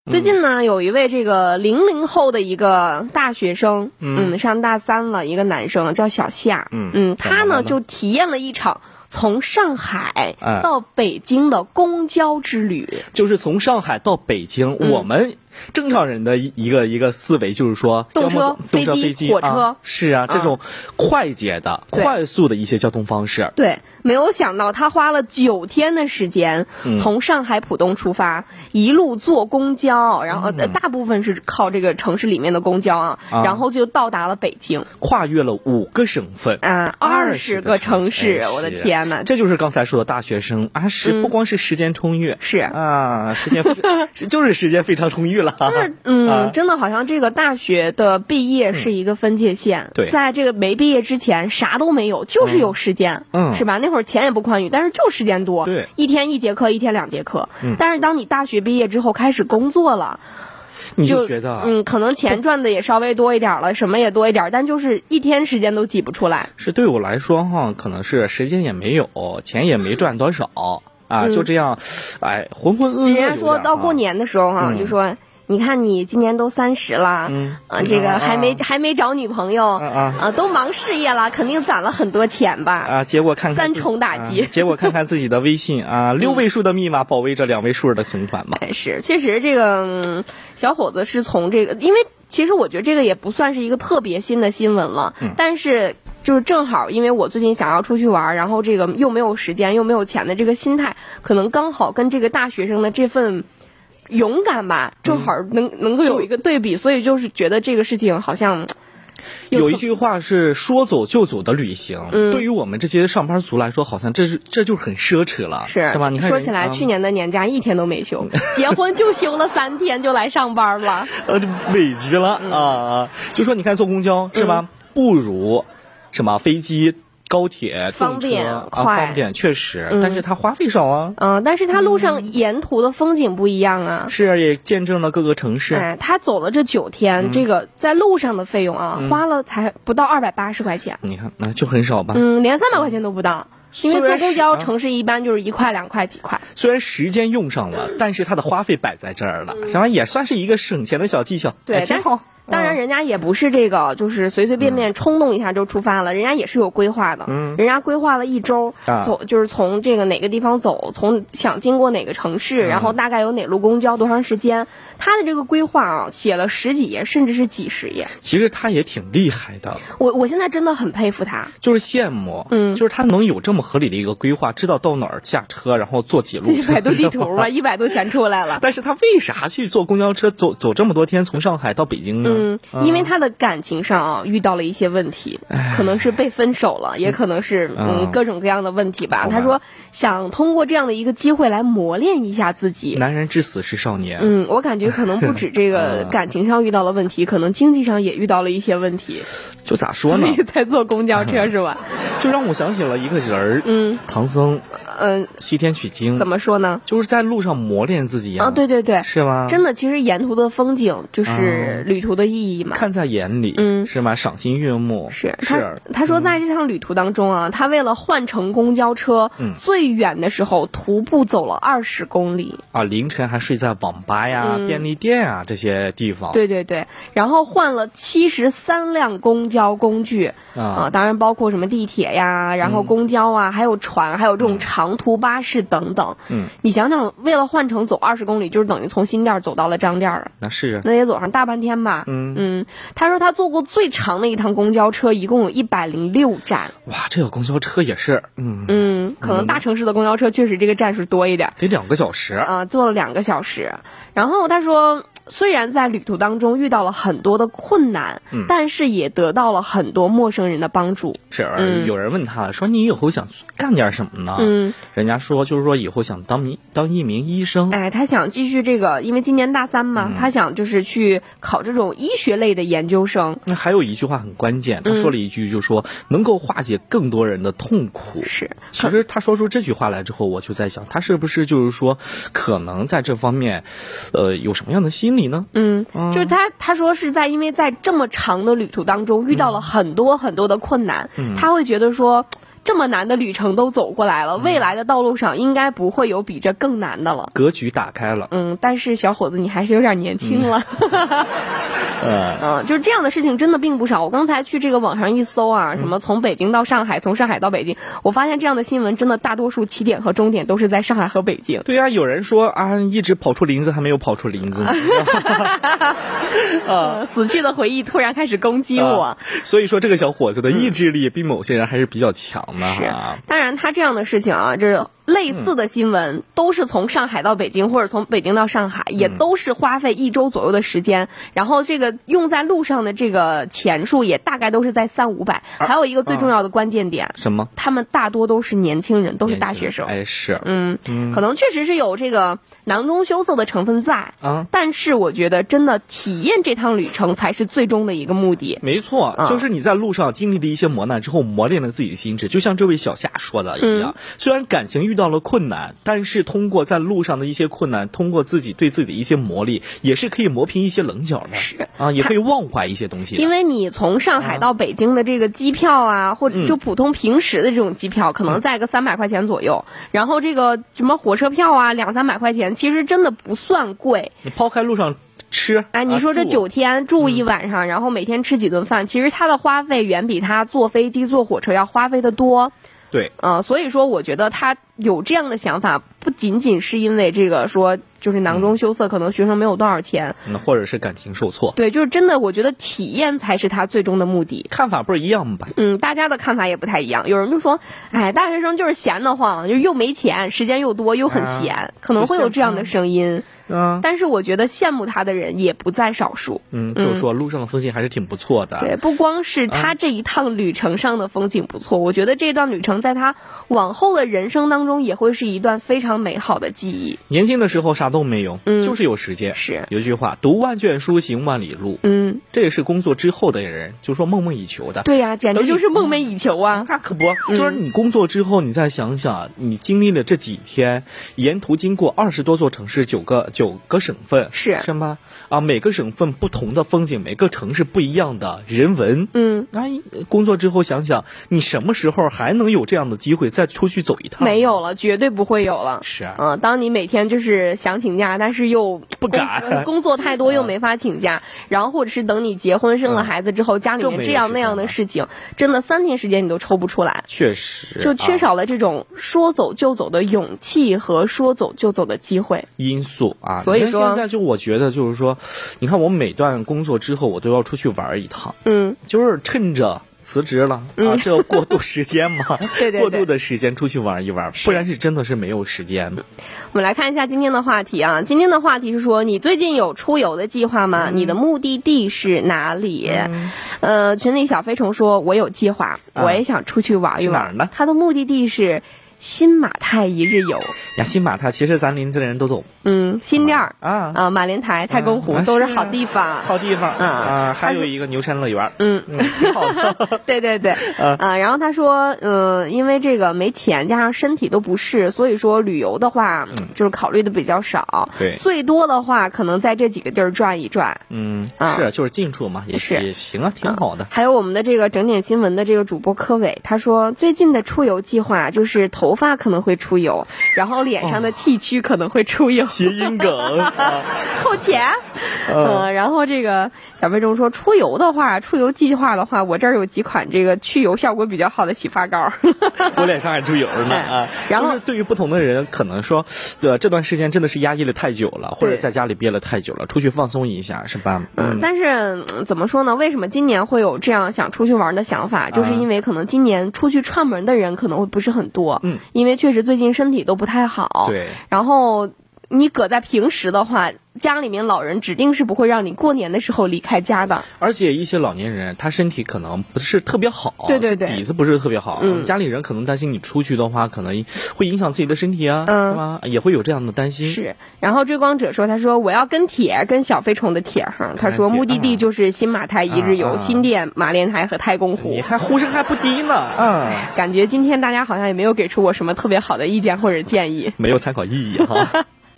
最近呢，有一位这个00后的一个大学生，上大3了，一个男生叫小夏，他呢就体验了一场从上海到北京的公交之旅， 就是从上海到北京，我们正常人的一个思维就是说， 动车、飞机、火车， 是啊，这种快捷的、快速的一些交通方式。 对，没有想到他花了9天的时间，从上海浦东出发，一路坐公交，然后大部分是靠这个城市里面的公交然后就到达了北京， 跨越了5个省份 20个城市，我的天哪！ 这就是刚才说的大学生不光是时间充裕， 是时间就是时间非常充裕了。 真的好像这个大学的毕业是一个分界线， 对， 在这个没毕业之前啥都没有，就是有时间，是吧？那会儿钱也不宽裕，但是就时间多， 对， 一天1节课，一天2节课。但是当你大学毕业之后开始工作了， 你就觉得可能钱赚的也稍微多一点了，什么也多一点，但就是一天时间都挤不出来。 是对我来说可能是时间也没有，钱也没赚多少就这样，浑浑噩噩。 人家说到过年的时候就说，你看你今年都30了，这个还没找女朋友，都忙事业了，肯定攒了很多钱吧？ 结果看看 3重打击， 结果看看自己的微信6位数的密码保卫着2位数的存款吧。 是，确实这个小伙子是从这个，因为其实我觉得这个也不算是一个特别新的新闻了，但是就是正好因为我最近想要出去玩，然后这个又没有时间又没有钱的这个心态，可能刚好跟这个大学生的这份勇敢吧，正好能够有一个对比，所以就是觉得这个事情好像有一句话是说走就走的旅行，对于我们这些上班族来说，好像这就很奢侈了， 是吧？你看说起来，去年的年假1天都没休，结婚就休了3天就来上班了， 就委屈了就说你看坐公交是吧，不如什么飞机、高铁、 方便快， 方便确实，但是它花费少啊。 但是它路上沿途的风景不一样啊。 是，也见证了各个城市。 他走了这9天，这个在路上的费用花了才不到280块钱。 你看，那就很少吧？ 连300块钱都不到。因为坐公交城市一般就是1块2块几块。 虽然时间用上了，但是它的花费摆在这儿了，是吧？也算是一个省钱的小技巧。 对， 挺好。 当然，人家也不是这个，就是随随便便冲动一下就出发了，人家也是有规划的。人家规划了1周，就是从这个哪个地方走，从想经过哪个城市，然后大概有哪路公交，多长时间。他的这个规划写了10几页，甚至是几十页。 其实他也挺厉害的。 我现在真的很佩服他， 就是羡慕。就是他能有这么合理的一个规划，知道到哪儿下车，然后坐几路车。 百度地图吧，100多全出来了。 但是他为啥去坐公交车走这么多天，从上海到北京呢？ 因为他的感情上遇到了一些问题，可能是被分手了，也可能是各种各样的问题吧。他说想通过这样的一个机会来磨练一下自己。 男人至死是少年。 我感觉可能不止这个感情上遇到了问题，可能经济上也遇到了一些问题。 就咋说呢？ 所以才坐公交车是吧？ 就让我想起了一个人儿，唐僧。西天取经怎么说呢？ 就是在路上磨练自己对对对， 是吗？ 真的，其实沿途的风景就是旅途的意义嘛， 看在眼里，是吗？赏心悦目。 是他说在这趟旅途当中他为了换乘公交车，最远的时候徒步走了20公里凌晨还睡在网吧呀、便利店这些地方。 对对对，然后换了73辆公交工具当然包括什么地铁呀，然后公交还有船，还有这种长途巴士等等。你想想，为了换乘走20公里，就是等于从新店走到了张店那是那也走上大半天吧。他说他坐过最长的一趟公交车，一共有106站。 哇，这个公交车也是可能大城市的公交车确实这个站数多一点， 得2个小时坐了2个小时。然后他说虽然在旅途当中遇到了很多的困难，但是也得到了很多陌生人的帮助。 是，有人问他说你以后想干点什么呢？人家说就是说以后想当一名医生。 他想继续这个，因为今年大3嘛，他想就是去考这种医学类的研究生。 那还有一句话很关键，他说了一句就是说能够化解更多人的痛苦。 是， 其实他说出这句话来之后，我就在想他是不是就是说可能在这方面有什么样的心理呢？ 就是他说是因为在这么长的旅途当中遇到了很多很多的困难，他会觉得说这么难的旅程都走过来了，未来的道路上应该不会有比这更难的了。 格局打开了。 但是小伙子你还是有点年轻了。就是这样的事情真的并不少。我刚才去这个网上一搜啊，什么从北京到上海，从上海到北京，我发现这样的新闻真的大多数起点和终点都是在上海和北京。 对呀，有人说啊，一直跑出林子还没有跑出林子。 死去的回忆突然开始攻击我。 所以说这个小伙子的意志力比某些人还是比较强的。 是，当然他这样的事情啊，这类似的新闻都是从上海到北京，或者从北京到上海，也都是花费1周左右的时间，然后这个用在路上的这个钱数也大概都是在300-500。还有一个最重要的关键点， 什么？ 他们大多都是年轻人，都是大学生。 哎，是， 可能确实是有这个囊中羞涩的成分在但是我觉得真的体验这趟旅程才是最终的一个目的。 没错，就是你在路上经历了一些磨难之后，磨练了自己的心智，就像这位小夏说的一样，虽然感情遇到了困难，但是通过在路上的一些困难，通过自己对自己的一些磨砺，也是可以磨平一些棱角的。 是也可以忘怀一些东西的。 因为你从上海到北京的这个机票啊，或者就普通平时的这种机票，可能在个300块钱左右，然后这个什么火车票啊，200-300块钱，其实真的不算贵。 你抛开路上吃， 你说这9天住一晚上，然后每天吃几顿饭，其实它的花费远比他坐飞机坐火车要花费的多。 对， 所以说我觉得他有这样的想法，不仅仅是因为这个说就是囊中羞涩，可能学生没有多少钱， 或者是感情受挫。 对，就是真的，我觉得体验才是他最终的目的。 看法不是一样吧？ 大家的看法也不太一样。有人就说，大学生就是闲得慌，就又没钱，时间又多，又很闲，可能会有这样的声音。但是我觉得羡慕他的人也不在少数。 就是说路上的风景还是挺不错的。 对，不光是他这一趟旅程上的风景不错，我觉得这段旅程在他往后的人生当中也会是一段非常美好的记忆。 年轻的时候啥都没有，就是有时间。 是有一句话，读万卷书，行万里路。这也是工作之后的人就说梦寐以求的。 对呀，简直就是梦寐以求啊！ 那可不，就是你工作之后，你再想想，你经历了这几天，沿途经过20多座城市，9个省份，是吗？每个省份不同的风景，每个城市不一样的人文。工作之后想想，你什么时候还能有这样的机会再出去走一趟？ 没有了，绝对不会有了。 是当你每天就是想请假，但是又不敢， 工作太多又没法请假，然后或者是等你结婚生了孩子之后，家里面这样那样的事情，真的3天时间你都抽不出来。 确实， 就缺少了这种说走就走的勇气和说走就走的机会因素啊。 所以说现在就我觉得就是说，你看我每段工作之后，我都要出去玩一趟。就是趁着辞职了这过渡时间嘛， 对， 过渡的时间出去玩一玩，不然是真的是没有时间。 我们来看一下今天的话题啊，今天的话题是说，你最近有出游的计划吗？你的目的地是哪里？群里小飞虫说，我有计划，我也想出去玩一玩。 去哪儿呢？ 他的目的地是新马泰一日游呀，新马泰其实咱林子的人都懂。 新店马连台、太公湖都是好地方， 好地方还有一个牛山乐园，挺好的。 对然后他说，因为这个没钱，加上身体都不适，所以说旅游的话，就是考虑的比较少。 对， 最多的话，可能在这几个地儿转一转。 是，就是近处嘛，也行啊，挺好的。 还有我们的这个整点新闻的这个主播柯伟，他说最近的出游计划就是头发可能会出油，然后脸上的 T 区可能会出油。 谐音梗扣钱。然后这个小飞虫说，出游计划的话，我这儿有几款这个去油效果比较好的洗发膏。 我脸上还出油呢然后就是对于不同的人，可能说这段时间真的是压抑了太久了，或者在家里憋了太久了，出去放松一下是吧？ 但是怎么说呢？为什么今年会有这样想出去玩的想法？就是因为可能今年出去串门的人可能会不是很多，因为确实最近身体都不太好。 对， 然后你搁在平时的话，家里面老人指定是不会让你过年的时候离开家的。而且一些老年人他身体可能不是特别好， 对， 底子不是特别好，家里人可能担心你出去的话可能会影响自己的身体是吧？也会有这样的担心。 是。然后追光者说，他说我要跟小飞虫的铁哈，他说目的地就是新马泰一日游、新店、马连台和太公湖。 你看呼声还不低呢感觉今天大家好像也没有给出我什么特别好的意见或者建议， 没有参考意义哈。